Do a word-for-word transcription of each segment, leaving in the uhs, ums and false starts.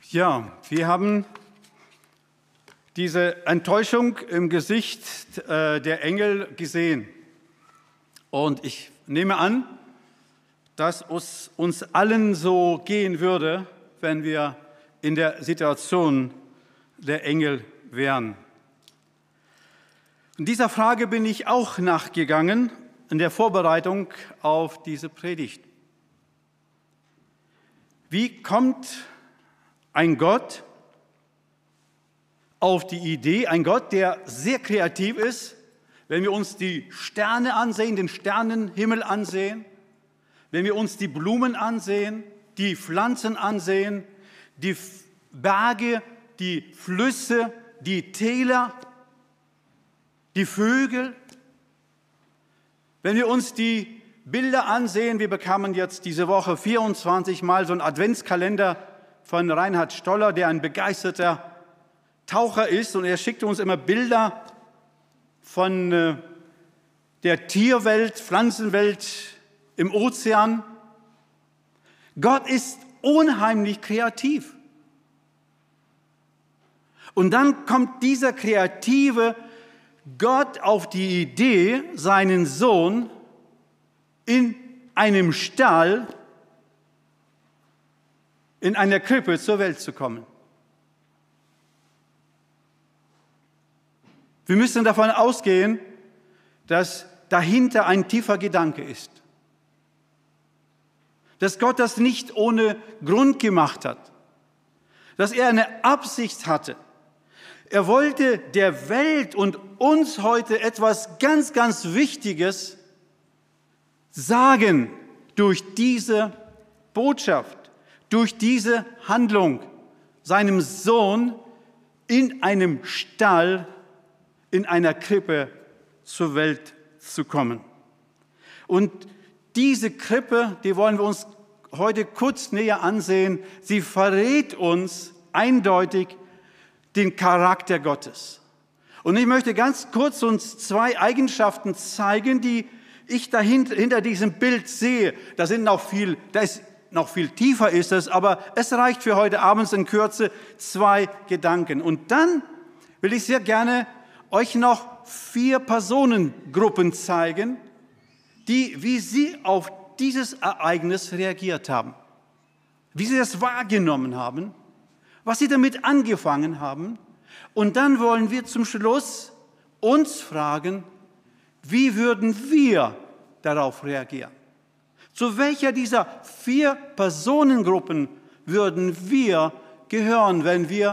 Ja, wir haben diese Enttäuschung im Gesicht äh, der Engel gesehen. Und ich nehme an, dass es uns allen so gehen würde, wenn wir in der Situation der Engel wären. Und dieser Frage bin ich auch nachgegangen in der Vorbereitung auf diese Predigt. Wie kommt ein Gott auf die Idee, ein Gott, der sehr kreativ ist, wenn wir uns die Sterne ansehen, den Sternenhimmel ansehen, wenn wir uns die Blumen ansehen, die Pflanzen ansehen, die Berge, die Flüsse, die Täler, die Vögel. Wenn wir uns die Bilder ansehen, wir bekamen jetzt diese Woche vierundzwanzig Mal so einen Adventskalender von Reinhard Stoller, der ein begeisterter Taucher ist, und er schickte uns immer Bilder von äh, der Tierwelt, Pflanzenwelt im Ozean. Gott ist unheimlich kreativ. Und dann kommt dieser kreative Gott auf die Idee, seinen Sohn in einem Stall, in einer Krippe zur Welt zu kommen. Wir müssen davon ausgehen, dass dahinter ein tiefer Gedanke ist. Dass Gott das nicht ohne Grund gemacht hat. Dass er eine Absicht hatte. Er wollte der Welt und uns heute etwas ganz, ganz Wichtiges sagen durch diese Botschaft, durch diese Handlung, seinem Sohn in einem Stall, in einer Krippe zur Welt zu kommen. Und diese Krippe, die wollen wir uns heute kurz näher ansehen. Sie verrät uns eindeutig den Charakter Gottes. Und ich möchte ganz kurz uns zwei Eigenschaften zeigen, die ich dahinter, hinter diesem Bild sehe. Da sind noch viel, da ist noch viel tiefer ist es, aber es reicht für heute Abend in Kürze zwei Gedanken. Und dann will ich sehr gerne euch noch vier Personengruppen zeigen, die, wie sie auf dieses Ereignis reagiert haben, wie sie das wahrgenommen haben, was sie damit angefangen haben. Und dann wollen wir zum Schluss uns fragen, wie würden wir darauf reagieren? Zu welcher dieser vier Personengruppen würden wir gehören, wenn wir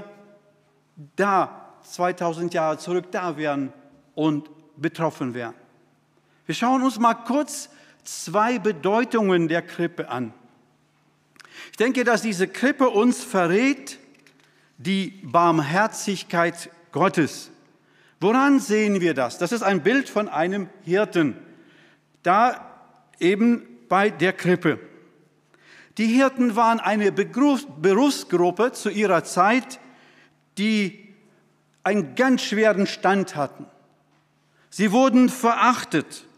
da zweitausend Jahre zurück da wären und betroffen wären? Wir schauen uns mal kurz zwei Bedeutungen der Krippe an. Ich denke, dass diese Krippe uns verrät die Barmherzigkeit Gottes. Woran sehen wir das? Das ist ein Bild von einem Hirten, da eben bei der Krippe. Die Hirten waren eine Berufsgruppe zu ihrer Zeit, die einen ganz schweren Stand hatten. Sie wurden verachtet.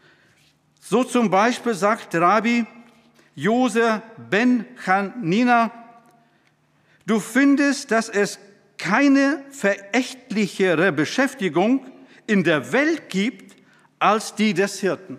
So zum Beispiel sagt Rabbi Jose ben Chanina: Du findest, dass es keine verächtlichere Beschäftigung in der Welt gibt als die des Hirten.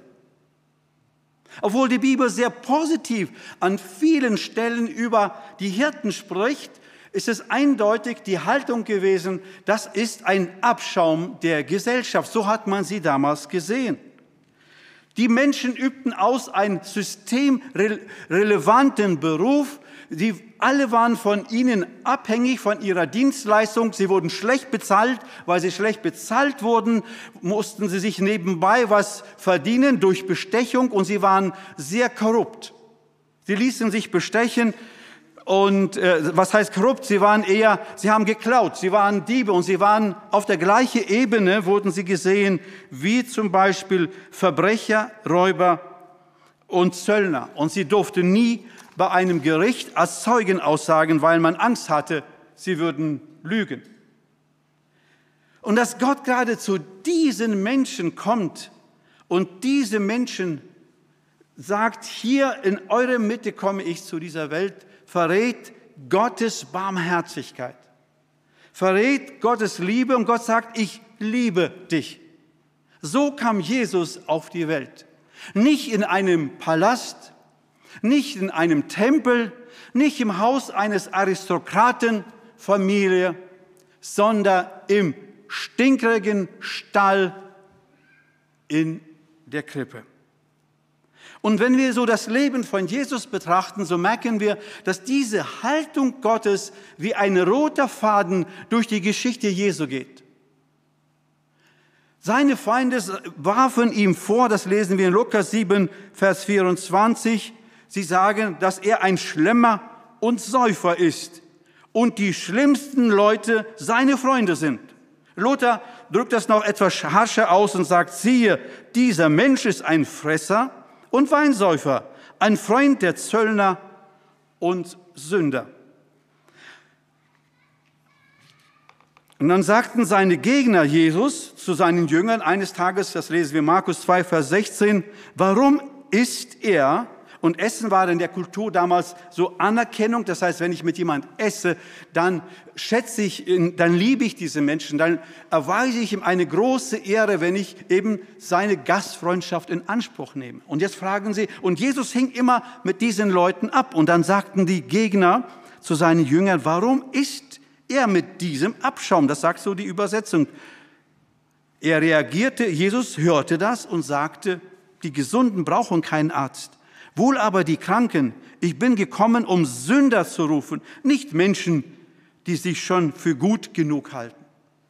Obwohl die Bibel sehr positiv an vielen Stellen über die Hirten spricht, ist es eindeutig die Haltung gewesen, das ist ein Abschaum der Gesellschaft. So hat man sie damals gesehen. Die Menschen übten aus einen systemrelevanten Beruf. Sie alle waren von ihnen abhängig, von ihrer Dienstleistung. Sie wurden schlecht bezahlt. Weil sie schlecht bezahlt wurden, mussten sie sich nebenbei was verdienen durch Bestechung, und sie waren sehr korrupt. Sie ließen sich bestechen. Und äh, was heißt korrupt? Sie waren eher, sie haben geklaut, sie waren Diebe, und sie waren auf der gleichen Ebene, wurden sie gesehen, wie zum Beispiel Verbrecher, Räuber und Zöllner. Und sie durften nie bei einem Gericht als Zeugen aussagen, weil man Angst hatte, sie würden lügen. Und dass Gott gerade zu diesen Menschen kommt und diese Menschen sagt, hier in eure Mitte komme ich zu dieser Welt, verrät Gottes Barmherzigkeit, verrät Gottes Liebe und Gott sagt, ich liebe dich. So kam Jesus auf die Welt. Nicht in einem Palast, nicht in einem Tempel, nicht im Haus eines Aristokratenfamilie, sondern im stinkrigen Stall in der Krippe. Und wenn wir so das Leben von Jesus betrachten, so merken wir, dass diese Haltung Gottes wie ein roter Faden durch die Geschichte Jesu geht. Seine Feinde warfen ihm vor, das lesen wir in Lukas sieben, Vers vierundzwanzig, sie sagen, dass er ein Schlemmer und Säufer ist und die schlimmsten Leute seine Freunde sind. Luther drückt das noch etwas harscher aus und sagt, siehe, dieser Mensch ist ein Fresser und Weinsäufer, ein Freund der Zöllner und Sünder. Und dann sagten seine Gegner Jesus zu seinen Jüngern eines Tages, das lesen wir Markus zwei, Vers sechzehn, warum isst er, und Essen war in der Kultur damals so Anerkennung, das heißt, wenn ich mit jemand esse, dann schätze ich, dann liebe ich diese Menschen, dann erweise ich ihm eine große Ehre, wenn ich eben seine Gastfreundschaft in Anspruch nehme. Und jetzt fragen sie, und Jesus hing immer mit diesen Leuten ab, und dann sagten die Gegner zu seinen Jüngern, warum isst er mit diesem Abschaum? Das sagt so die Übersetzung. Er reagierte, Jesus hörte das und sagte, die Gesunden brauchen keinen Arzt, wohl aber die Kranken. Ich bin gekommen, um Sünder zu rufen, nicht Menschen, die sich schon für gut genug halten.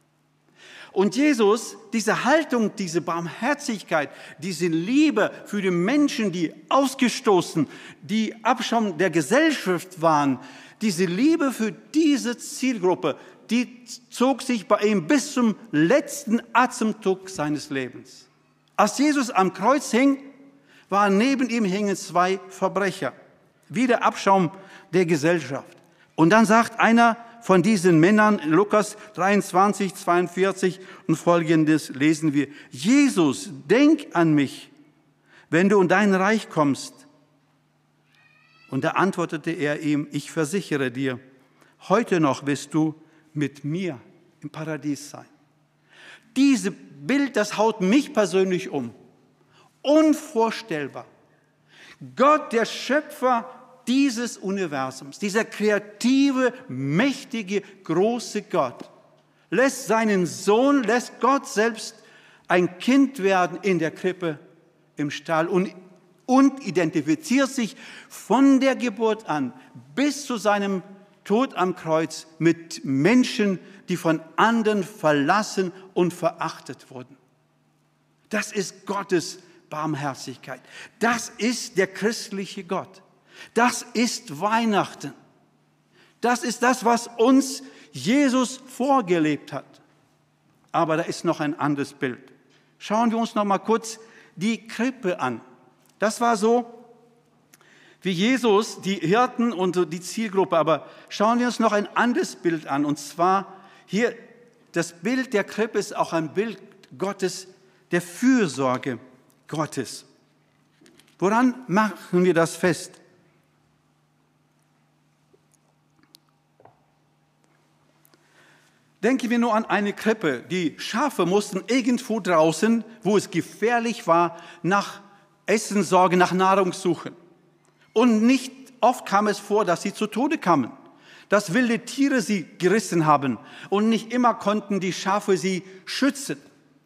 Und Jesus, diese Haltung, diese Barmherzigkeit, diese Liebe für die Menschen, die ausgestoßen, die Abschaum der Gesellschaft waren, diese Liebe für diese Zielgruppe, die zog sich bei ihm bis zum letzten Atemzug seines Lebens. Als Jesus am Kreuz hing, waren neben ihm hingen zwei Verbrecher, wie der Abschaum der Gesellschaft. Und dann sagt einer von diesen Männern, in Lukas dreiundzwanzig, zweiundvierzig und folgendes lesen wir, Jesus, denk an mich, wenn du in dein Reich kommst. Und da antwortete er ihm, ich versichere dir, heute noch wirst du mit mir im Paradies sein. Dieses Bild, das haut mich persönlich um. Unvorstellbar. Gott, der Schöpfer dieses Universums, dieser kreative, mächtige, große Gott, lässt seinen Sohn, lässt Gott selbst ein Kind werden in der Krippe im Stall und, und identifiziert sich von der Geburt an bis zu seinem Tod am Kreuz mit Menschen, die von anderen verlassen und verachtet wurden. Das ist Gottes Barmherzigkeit. Das ist der christliche Gott. Das ist Weihnachten. Das ist das, was uns Jesus vorgelebt hat. Aber da ist noch ein anderes Bild. Schauen wir uns noch mal kurz die Krippe an. Das war so, wie Jesus, die Hirten und die Zielgruppe. Aber schauen wir uns noch ein anderes Bild an. Und zwar hier, das Bild der Krippe ist auch ein Bild Gottes, der Fürsorge Gottes. Woran machen wir das fest? Denken wir nur an eine Krippe. Die Schafe mussten irgendwo draußen, wo es gefährlich war, nach Essen sorgen, nach Nahrung suchen. Und nicht oft kam es vor, dass sie zu Tode kamen, dass wilde Tiere sie gerissen haben. Und nicht immer konnten die Schafe sie schützen.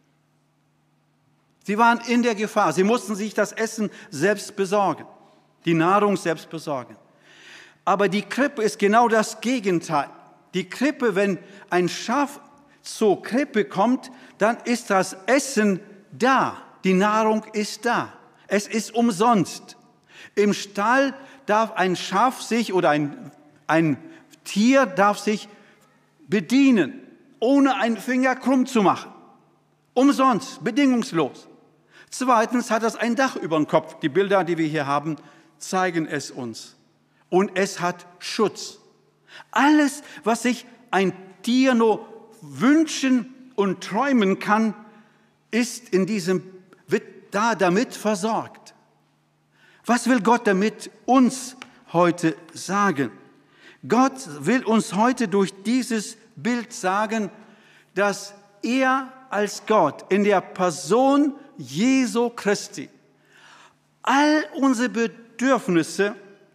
Sie waren in der Gefahr. Sie mussten sich das Essen selbst besorgen, die Nahrung selbst besorgen. Aber die Krippe ist genau das Gegenteil. Die Krippe, wenn ein Schaf zur Krippe kommt, dann ist das Essen da. Die Nahrung ist da. Es ist umsonst. Im Stall darf ein Schaf sich oder ein, ein Tier darf sich bedienen, ohne einen Finger krumm zu machen. Umsonst, bedingungslos. Zweitens hat es ein Dach über dem Kopf. Die Bilder, die wir hier haben, zeigen es uns. Und es hat Schutz. Alles, was sich ein Tier nur wünschen und träumen kann, ist in diesem, wird da damit versorgt. Was will Gott damit uns heute sagen? Gott will uns heute durch dieses Bild sagen, dass er als Gott in der Person Jesu Christi all unsere Bedürfnisse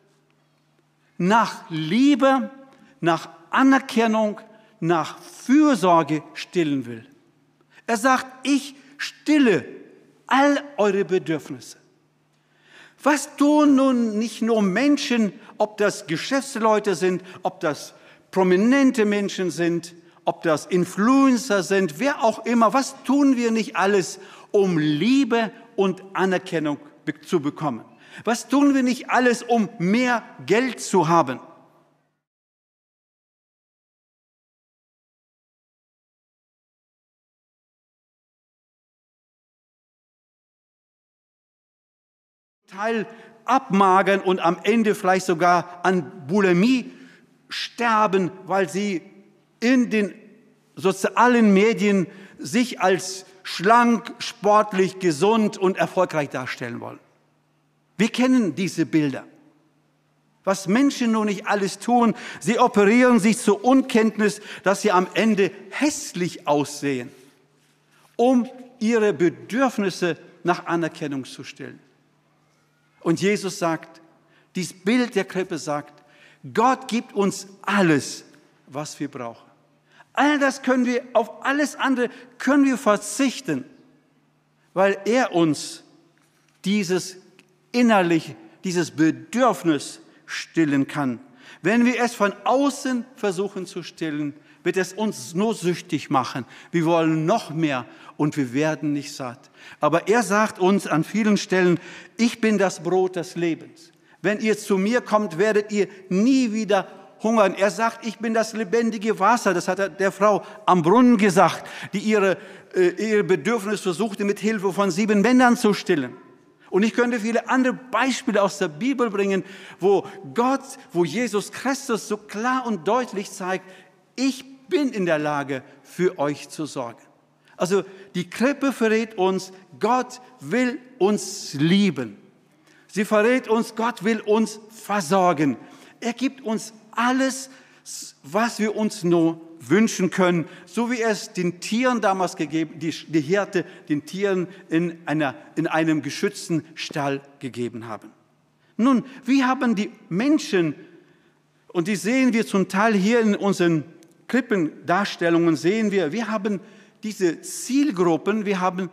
nach Liebe, nach Anerkennung, nach Fürsorge stillen will. Er sagt, ich stille all eure Bedürfnisse. Was tun nun nicht nur Menschen, ob das Geschäftsleute sind, ob das prominente Menschen sind, ob das Influencer sind, wer auch immer, was tun wir nicht alles, um Liebe und Anerkennung zu bekommen? Was tun wir nicht alles, um mehr Geld zu haben? Teil abmagern und am Ende vielleicht sogar an Bulimie sterben, weil sie in den sozialen Medien sich als schlank, sportlich, gesund und erfolgreich darstellen wollen. Wir kennen diese Bilder. Was Menschen nun nicht alles tun, sie operieren sich zur Unkenntnis, dass sie am Ende hässlich aussehen, um ihre Bedürfnisse nach Anerkennung zu stillen. Und Jesus sagt, dieses Bild der Krippe sagt, Gott gibt uns alles, was wir brauchen. All das können wir, auf alles andere können wir verzichten, weil er uns dieses innerlich, dieses Bedürfnis stillen kann. Wenn wir es von außen versuchen zu stillen, wird es uns nur süchtig machen. Wir wollen noch mehr und wir werden nicht satt. Aber er sagt uns an vielen Stellen, ich bin das Brot des Lebens. Wenn ihr zu mir kommt, werdet ihr nie wieder hungern. Er sagt, ich bin das lebendige Wasser. Das hat er der Frau am Brunnen gesagt, die ihre, äh, ihre Bedürfnisse versuchte, mit Hilfe von sieben Männern zu stillen. Und ich könnte viele andere Beispiele aus der Bibel bringen, wo Gott, wo Jesus Christus so klar und deutlich zeigt, ich bin in der Lage, für euch zu sorgen. Also die Krippe verrät uns, Gott will uns lieben. Sie verrät uns, Gott will uns versorgen. Er gibt uns alles, was wir uns nur wünschen können, so wie er es den Tieren damals gegeben, die, die Hirte den Tieren in, einer, in einem geschützten Stall gegeben haben. Nun, wie haben die Menschen, und die sehen wir zum Teil hier in unseren Krippendarstellungen, sehen wir, wir haben diese Zielgruppen, wir haben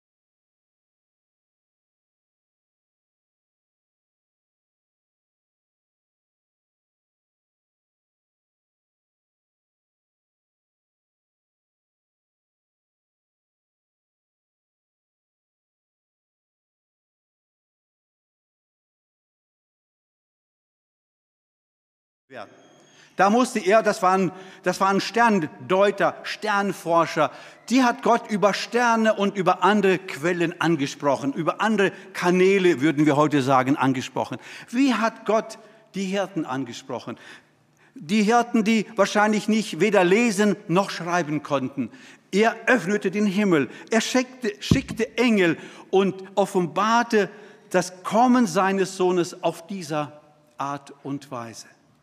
werden. Da musste er, das waren, das waren Sterndeuter, Sternforscher, die hat Gott über Sterne und über andere Quellen angesprochen, über andere Kanäle, würden wir heute sagen, angesprochen. Wie hat Gott die Hirten angesprochen? Die Hirten, die wahrscheinlich nicht weder lesen noch schreiben konnten. Er öffnete den Himmel, er schickte, schickte Engel und offenbarte das Kommen seines Sohnes auf dieser Art und Weise.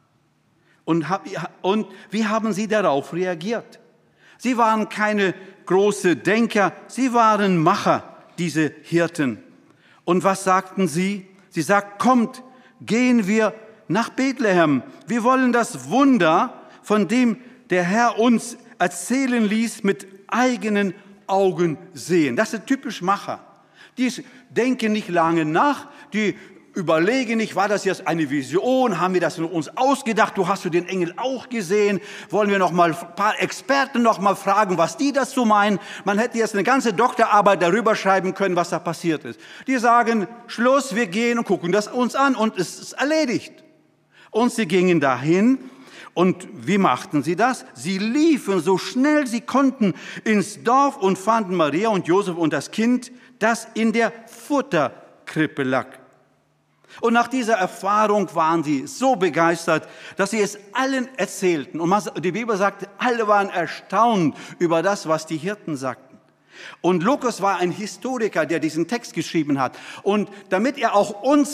Und, und wie haben sie darauf reagiert? Sie waren keine großen Denker, sie waren Macher, diese Hirten. Und was sagten sie? Sie sagten, kommt, gehen wir nach Bethlehem. Wir wollen das Wunder, von dem der Herr uns erzählen ließ, mit eigenen Augen sehen. Das sind typisch Macher. Die denken nicht lange nach, die überlege nicht, war das jetzt eine Vision? Haben wir das uns ausgedacht? Du hast du den Engel auch gesehen? Wollen wir noch mal ein paar Experten noch mal fragen, was die dazu meinen? Man hätte jetzt eine ganze Doktorarbeit darüber schreiben können, was da passiert ist. Die sagen, Schluss, wir gehen und gucken das uns an und es ist erledigt. Und sie gingen dahin. Und wie machten sie das? Sie liefen so schnell sie konnten ins Dorf und fanden Maria und Josef und das Kind, das in der Futterkrippe lag. Und nach dieser Erfahrung waren sie so begeistert, dass sie es allen erzählten. Und die Bibel sagt, alle waren erstaunt über das, was die Hirten sagten. Und Lukas war ein Historiker, der diesen Text geschrieben hat. Und damit er auch uns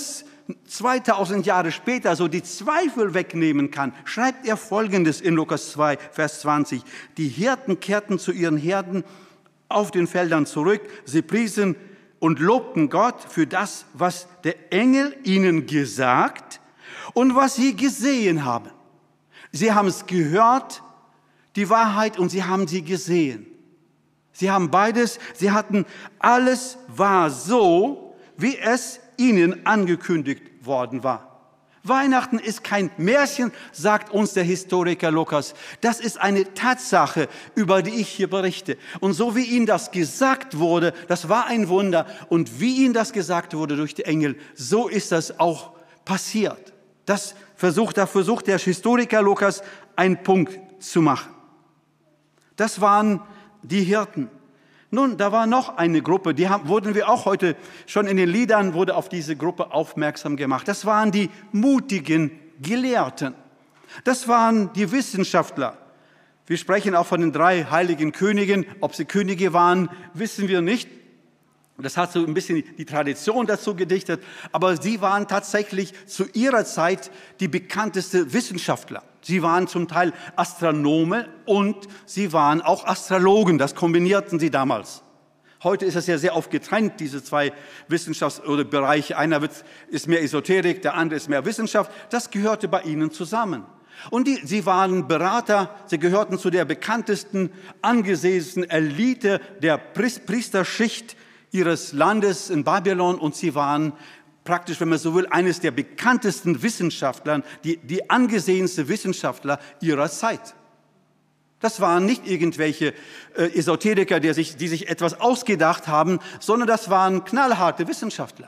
zweitausend Jahre später so die Zweifel wegnehmen kann, schreibt er Folgendes in Lukas zwei, Vers zwanzig. Die Hirten kehrten zu ihren Herden auf den Feldern zurück. Sie priesen und lobten Gott für das, was der Engel ihnen gesagt und was sie gesehen haben. Sie haben es gehört, die Wahrheit, und sie haben sie gesehen. Sie haben beides, sie hatten, alles war so, wie es ihnen angekündigt worden war. Weihnachten ist kein Märchen, sagt uns der Historiker Lukas. Das ist eine Tatsache, über die ich hier berichte. Und so wie ihnen das gesagt wurde, das war ein Wunder. Und wie ihnen das gesagt wurde durch die Engel, so ist das auch passiert. Das versucht, da versucht der Historiker Lukas einen Punkt zu machen. Das waren die Hirten. Nun, da war noch eine Gruppe, die haben, wurden wir auch heute schon in den Liedern, wurde auf diese Gruppe aufmerksam gemacht. Das waren die mutigen Gelehrten. Das waren die Wissenschaftler. Wir sprechen auch von den drei heiligen Königen. Ob sie Könige waren, wissen wir nicht. Das hat so ein bisschen die Tradition dazu gedichtet. Aber sie waren tatsächlich zu ihrer Zeit die bekannteste Wissenschaftler. Sie waren zum Teil Astronome und sie waren auch Astrologen. Das kombinierten sie damals. Heute ist es ja sehr oft getrennt, diese zwei Wissenschafts- oder Bereiche. Einer ist mehr Esoterik, der andere ist mehr Wissenschaft. Das gehörte bei ihnen zusammen. Und die, sie waren Berater, sie gehörten zu der bekanntesten, angesehensten Elite der Priesterschicht ihres Landes in Babylon, und sie waren praktisch, wenn man so will, eines der bekanntesten Wissenschaftler, die, die angesehenste Wissenschaftler ihrer Zeit. Das waren nicht irgendwelche äh, Esoteriker, die sich, die sich etwas ausgedacht haben, sondern das waren knallharte Wissenschaftler.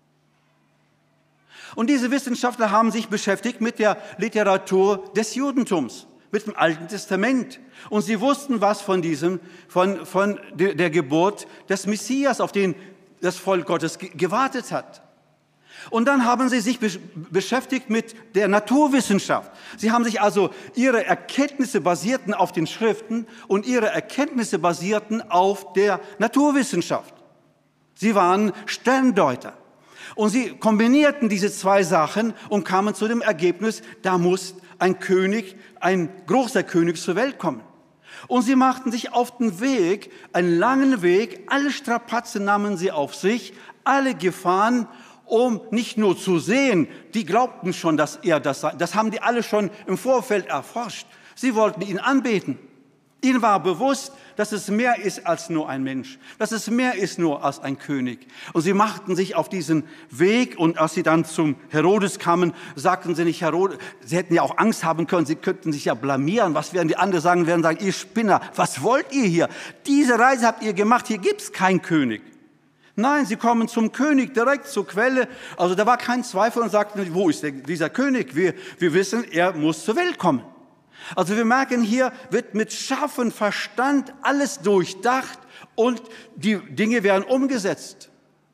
Und diese Wissenschaftler haben sich beschäftigt mit der Literatur des Judentums, mit dem Alten Testament. Und sie wussten was von diesem, von, von der, der Geburt des Messias, auf den das Volk Gottes gewartet hat. Und dann haben sie sich beschäftigt mit der Naturwissenschaft. Sie haben sich also, ihre Erkenntnisse basierten auf den Schriften und ihre Erkenntnisse basierten auf der Naturwissenschaft. Sie waren Sterndeuter. Und sie kombinierten diese zwei Sachen und kamen zu dem Ergebnis, da muss ein König, ein großer König zur Welt kommen. Und sie machten sich auf den Weg, einen langen Weg, alle Strapazen nahmen sie auf sich, alle Gefahren, um nicht nur zu sehen, die glaubten schon, dass er das sei. Das haben die alle schon im Vorfeld erforscht. Sie wollten ihn anbeten. Ihnen war bewusst, dass es mehr ist als nur ein Mensch, dass es mehr ist nur als ein König. Und sie machten sich auf diesen Weg, und als sie dann zum Herodes kamen, sagten sie nicht, Herodes, sie hätten ja auch Angst haben können, sie könnten sich ja blamieren. Was werden die anderen sagen? Werden sagen, ihr Spinner, was wollt ihr hier? Diese Reise habt ihr gemacht, hier gibt's keinen König. Nein, sie kommen zum König, direkt zur Quelle. Also da war kein Zweifel, und sagten, wo ist der, dieser König? Wir, wir wissen, er muss zur Welt kommen. Also wir merken, hier wird mit scharfem Verstand alles durchdacht und die Dinge werden umgesetzt.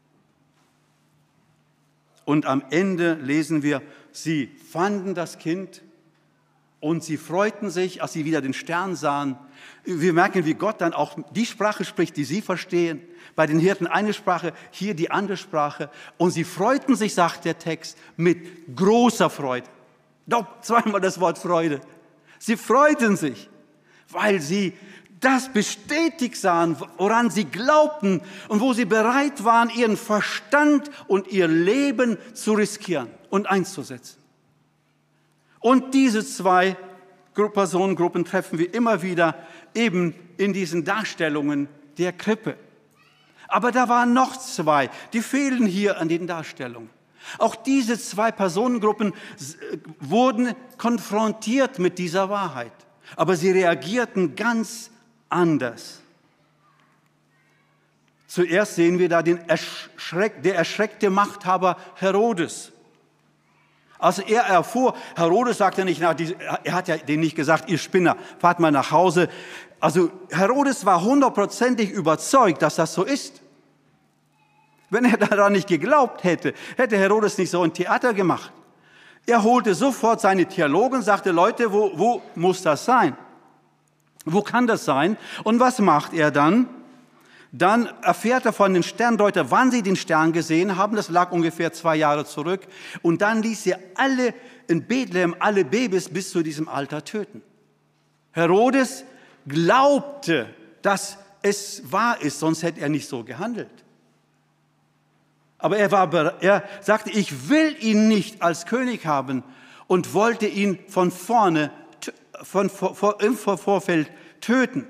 Und am Ende lesen wir, sie fanden das Kind und sie freuten sich, als sie wieder den Stern sahen. Wir merken, wie Gott dann auch die Sprache spricht, die sie verstehen. Bei den Hirten eine Sprache, hier die andere Sprache. Und sie freuten sich, sagt der Text, mit großer Freude. Doch zweimal das Wort Freude. Sie freuten sich, weil sie das bestätigt sahen, woran sie glaubten und wo sie bereit waren, ihren Verstand und ihr Leben zu riskieren und einzusetzen. Und diese zwei Personengruppen treffen wir immer wieder eben in diesen Darstellungen der Krippe. Aber da waren noch zwei, die fehlen hier an den Darstellungen. Auch diese zwei Personengruppen wurden konfrontiert mit dieser Wahrheit, aber sie reagierten ganz anders. Zuerst sehen wir da den erschreck, der erschreckte Machthaber Herodes. Als er erfuhr, Herodes sagte nicht, na, die, er hat ja denen nicht gesagt, ihr Spinner, fahrt mal nach Hause. Also Herodes war hundertprozentig überzeugt, dass das so ist. Wenn er daran nicht geglaubt hätte, hätte Herodes nicht so ein Theater gemacht. Er holte sofort seine Theologen, sagte, Leute, wo, wo muss das sein? Wo kann das sein? Und was macht er dann? Dann erfährt er von den Sterndeutern, wann sie den Stern gesehen haben. Das lag ungefähr zwei Jahre zurück. Und dann ließ er alle in Bethlehem, alle Babys bis zu diesem Alter töten. Herodes glaubte, dass es wahr ist, sonst hätte er nicht so gehandelt. Aber er, war, er sagte, ich will ihn nicht als König haben und wollte ihn von vorne, von, vor, im Vorfeld töten.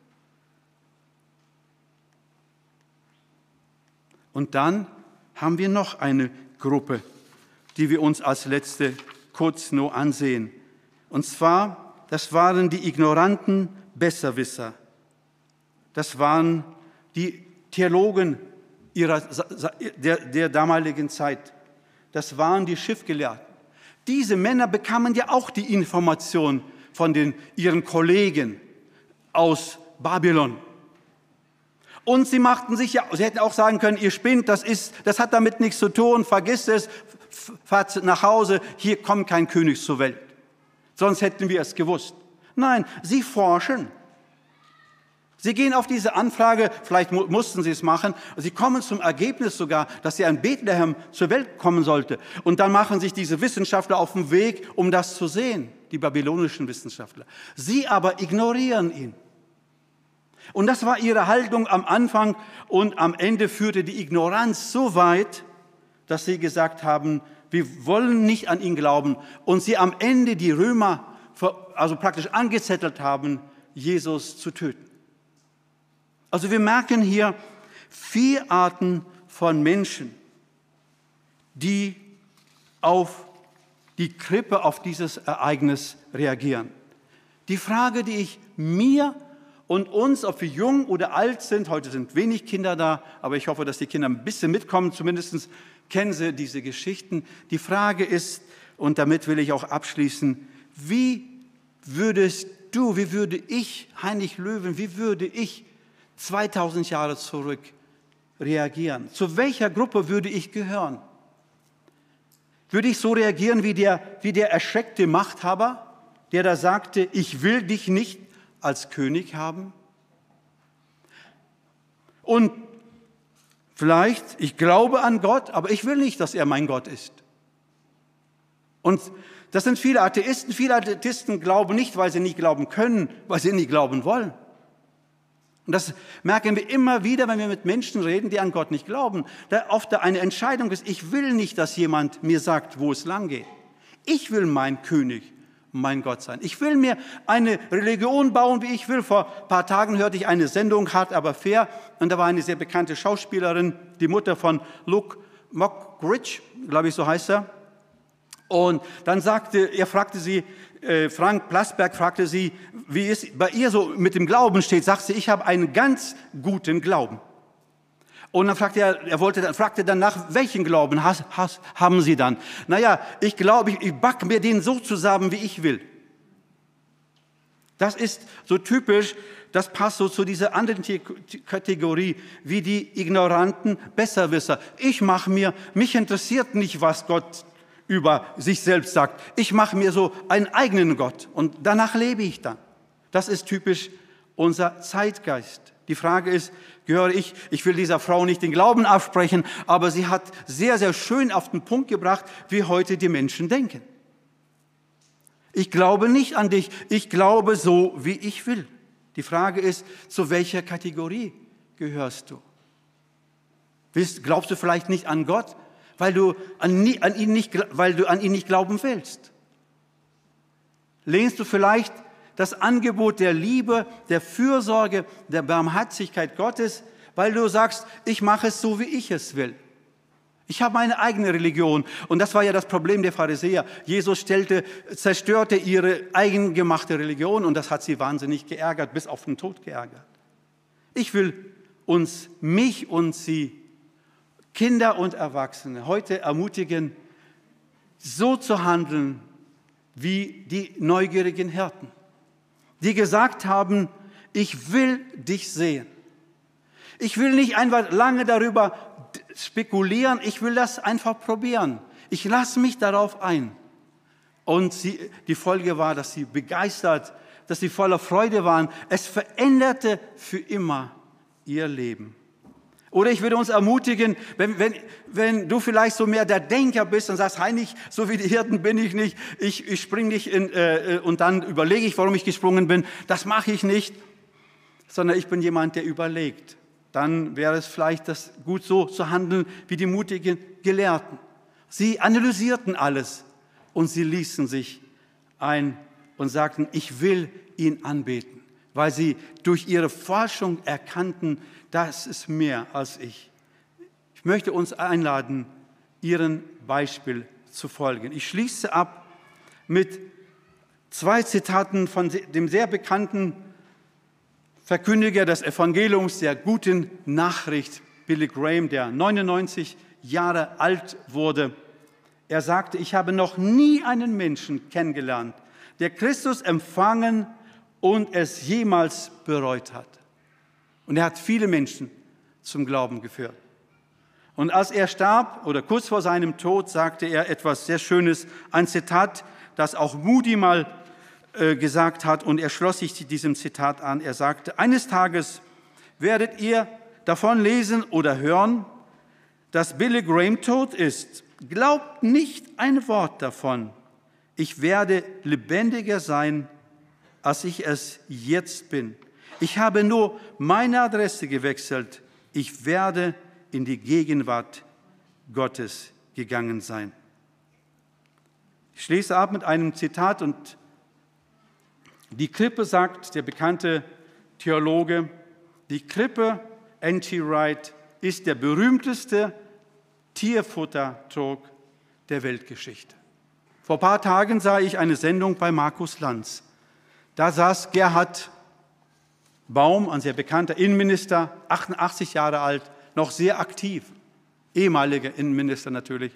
Und dann haben wir noch eine Gruppe, die wir uns als letzte kurz nur ansehen. Und zwar, das waren die ignoranten Besserwisser. Das waren die Theologen ihrer, der, der damaligen Zeit. Das waren die Schriftgelehrten. Diese Männer bekamen ja auch die Information von den, ihren Kollegen aus Babylon. Und sie machten sich ja, sie hätten auch sagen können, ihr spinnt, das ist, das hat damit nichts zu tun, vergisst es, fahrt nach Hause, hier kommt kein König zur Welt. Sonst hätten wir es gewusst. Nein, sie forschen. Sie gehen auf diese Anfrage, vielleicht mu- mussten sie es machen, sie kommen zum Ergebnis sogar, dass sie in Bethlehem zur Welt kommen sollte. Und dann machen sich diese Wissenschaftler auf den Weg, um das zu sehen, die babylonischen Wissenschaftler. Sie aber ignorieren ihn. Und das war ihre Haltung am Anfang und am Ende führte die Ignoranz so weit, dass sie gesagt haben, wir wollen nicht an ihn glauben und sie am Ende die Römer also praktisch angezettelt haben, Jesus zu töten. Also wir merken hier vier Arten von Menschen, die auf die Krippe, auf dieses Ereignis reagieren. Die Frage, die ich mir und uns, ob wir jung oder alt sind, heute sind wenig Kinder da, aber ich hoffe, dass die Kinder ein bisschen mitkommen, zumindest kennen sie diese Geschichten. Die Frage ist, und damit will ich auch abschließen, wie würdest du, wie würde ich, Heinrich Löwen, wie würde ich zweitausend Jahre zurück reagieren? Zu welcher Gruppe würde ich gehören? Würde ich so reagieren wie der, wie der erschreckte Machthaber, der da sagte, ich will dich nicht als König haben? Und vielleicht, ich glaube an Gott, aber ich will nicht, dass er mein Gott ist. Und das sind viele Atheisten. Viele Atheisten glauben nicht, weil sie nicht glauben können, weil sie nicht glauben wollen. Und das merken wir immer wieder, wenn wir mit Menschen reden, die an Gott nicht glauben. Da oft eine Entscheidung ist, ich will nicht, dass jemand mir sagt, wo es lang geht. Ich will mein König, mein Gott sein. Ich will mir eine Religion bauen, wie ich will. Vor ein paar Tagen hörte ich eine Sendung, Hart aber fair, und da war eine sehr bekannte Schauspielerin, die Mutter von Luke Mockridge, glaube ich, so heißt er. Und dann sagte, er fragte sie, äh, Frank Plasberg fragte sie, wie es bei ihr so mit dem Glauben steht. Sagte sie, ich habe einen ganz guten Glauben. Und dann fragte er, er wollte, dann, fragte dann nach, welchen Glauben has, has, haben Sie dann? Naja, ich glaube, ich, ich backe mir den so zusammen, wie ich will. Das ist so typisch, das passt so zu dieser anderen Kategorie, wie die ignoranten Besserwisser. Ich mache mir, mich interessiert nicht, was Gott über sich selbst sagt. Ich mache mir so einen eigenen Gott und danach lebe ich dann. Das ist typisch unser Zeitgeist. Die Frage ist, gehöre ich, ich will dieser Frau nicht den Glauben absprechen, aber sie hat sehr, sehr schön auf den Punkt gebracht, wie heute die Menschen denken. Ich glaube nicht an dich, ich glaube so, wie ich will. Die Frage ist, zu welcher Kategorie gehörst du? Glaubst du vielleicht nicht an Gott, weil du an ihn nicht, weil du an ihn nicht glauben willst? Lehnst du vielleicht das Angebot der Liebe, der Fürsorge, der Barmherzigkeit Gottes, weil du sagst, ich mache es so, wie ich es will. Ich habe meine eigene Religion. Und das war ja das Problem der Pharisäer. Jesus stellte, zerstörte ihre eigengemachte Religion und das hat sie wahnsinnig geärgert, bis auf den Tod geärgert. Ich will uns, mich und sie, Kinder und Erwachsene, heute ermutigen, so zu handeln wie die neugierigen Hirten, die gesagt haben, ich will dich sehen. Ich will nicht einfach lange darüber spekulieren, ich will das einfach probieren. Ich lasse mich darauf ein. Und sie, die Folge war, dass sie begeistert, dass sie voller Freude waren. Es veränderte für immer ihr Leben. Oder ich würde uns ermutigen, wenn, wenn, wenn du vielleicht so mehr der Denker bist und sagst, Heinrich, so wie die Hirten bin ich nicht, ich, ich springe nicht in, äh, und dann überlege ich, warum ich gesprungen bin. Das mache ich nicht, sondern ich bin jemand, der überlegt. Dann wäre es vielleicht das gut so zu handeln wie die mutigen Gelehrten. Sie analysierten alles und sie ließen sich ein und sagten, ich will ihn anbeten, weil sie durch ihre Forschung erkannten, das ist mehr als ich. Ich möchte uns einladen, ihrem Beispiel zu folgen. Ich schließe ab mit zwei Zitaten von dem sehr bekannten Verkündiger des Evangeliums der guten Nachricht, Billy Graham, der neunundneunzig Jahre alt wurde. Er sagte, ich habe noch nie einen Menschen kennengelernt, der Christus empfangen und es jemals bereut hat. Und er hat viele Menschen zum Glauben geführt. Und als er starb oder kurz vor seinem Tod, sagte er etwas sehr Schönes, ein Zitat, das auch Moody mal äh, gesagt hat, und er schloss sich diesem Zitat an. Er sagte, eines Tages werdet ihr davon lesen oder hören, dass Billy Graham tot ist. Glaubt nicht ein Wort davon. Ich werde lebendiger sein, als ich es jetzt bin. Ich habe nur meine Adresse gewechselt. Ich werde in die Gegenwart Gottes gegangen sein. Ich schließe ab mit einem Zitat und die Krippe, sagt der bekannte Theologe, die Krippe N T Wright ist der berühmteste Tierfuttertrog der Weltgeschichte. Vor ein paar Tagen sah ich eine Sendung bei Markus Lanz. Da saß Gerhard Baum, ein sehr bekannter Innenminister, achtundachtzig Jahre alt, noch sehr aktiv, ehemaliger Innenminister natürlich.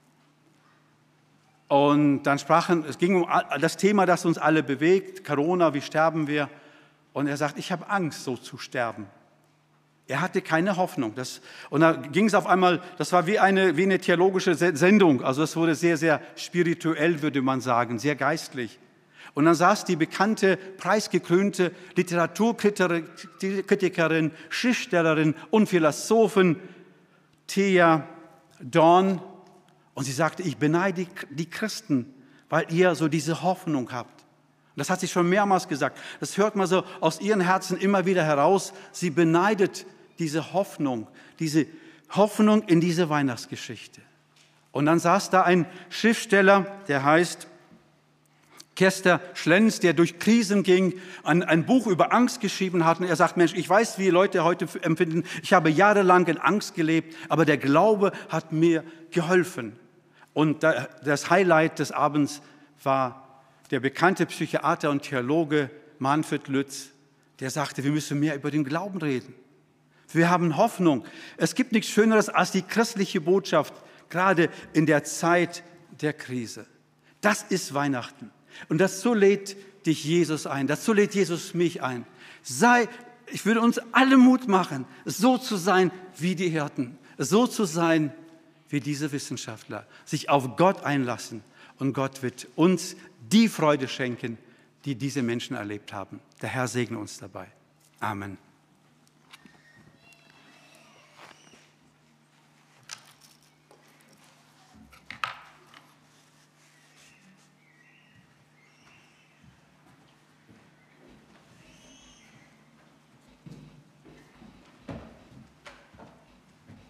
Und dann sprachen, es ging um das Thema, das uns alle bewegt, Corona, wie sterben wir? Und er sagt, ich habe Angst, so zu sterben. Er hatte keine Hoffnung. Das, und da ging es auf einmal, das war wie eine, wie eine theologische Sendung, also es wurde sehr, sehr spirituell, würde man sagen, sehr geistlich. Und dann saß die bekannte, preisgekrönte Literaturkritikerin, Schriftstellerin und Philosophin Thea Dorn. Und sie sagte, ich beneide die Christen, weil ihr so diese Hoffnung habt. Und das hat sie schon mehrmals gesagt. Das hört man so aus ihren Herzen immer wieder heraus. Sie beneidet diese Hoffnung, diese Hoffnung in diese Weihnachtsgeschichte. Und dann saß da ein Schriftsteller, der heißt Kester Schlenz, der durch Krisen ging, ein, ein Buch über Angst geschrieben hat. Und er sagt, Mensch, ich weiß, wie Leute heute empfinden. Ich habe jahrelang in Angst gelebt, aber der Glaube hat mir geholfen. Und das Highlight des Abends war der bekannte Psychiater und Theologe Manfred Lütz, der sagte, wir müssen mehr über den Glauben reden. Wir haben Hoffnung. Es gibt nichts Schöneres als die christliche Botschaft, gerade in der Zeit der Krise. Das ist Weihnachten. Und dazu lädt dich Jesus ein, dazu lädt Jesus mich ein. Sei, ich würde uns alle Mut machen, so zu sein wie die Hirten, so zu sein wie diese Wissenschaftler, sich auf Gott einlassen und Gott wird uns die Freude schenken, die diese Menschen erlebt haben. Der Herr segne uns dabei. Amen.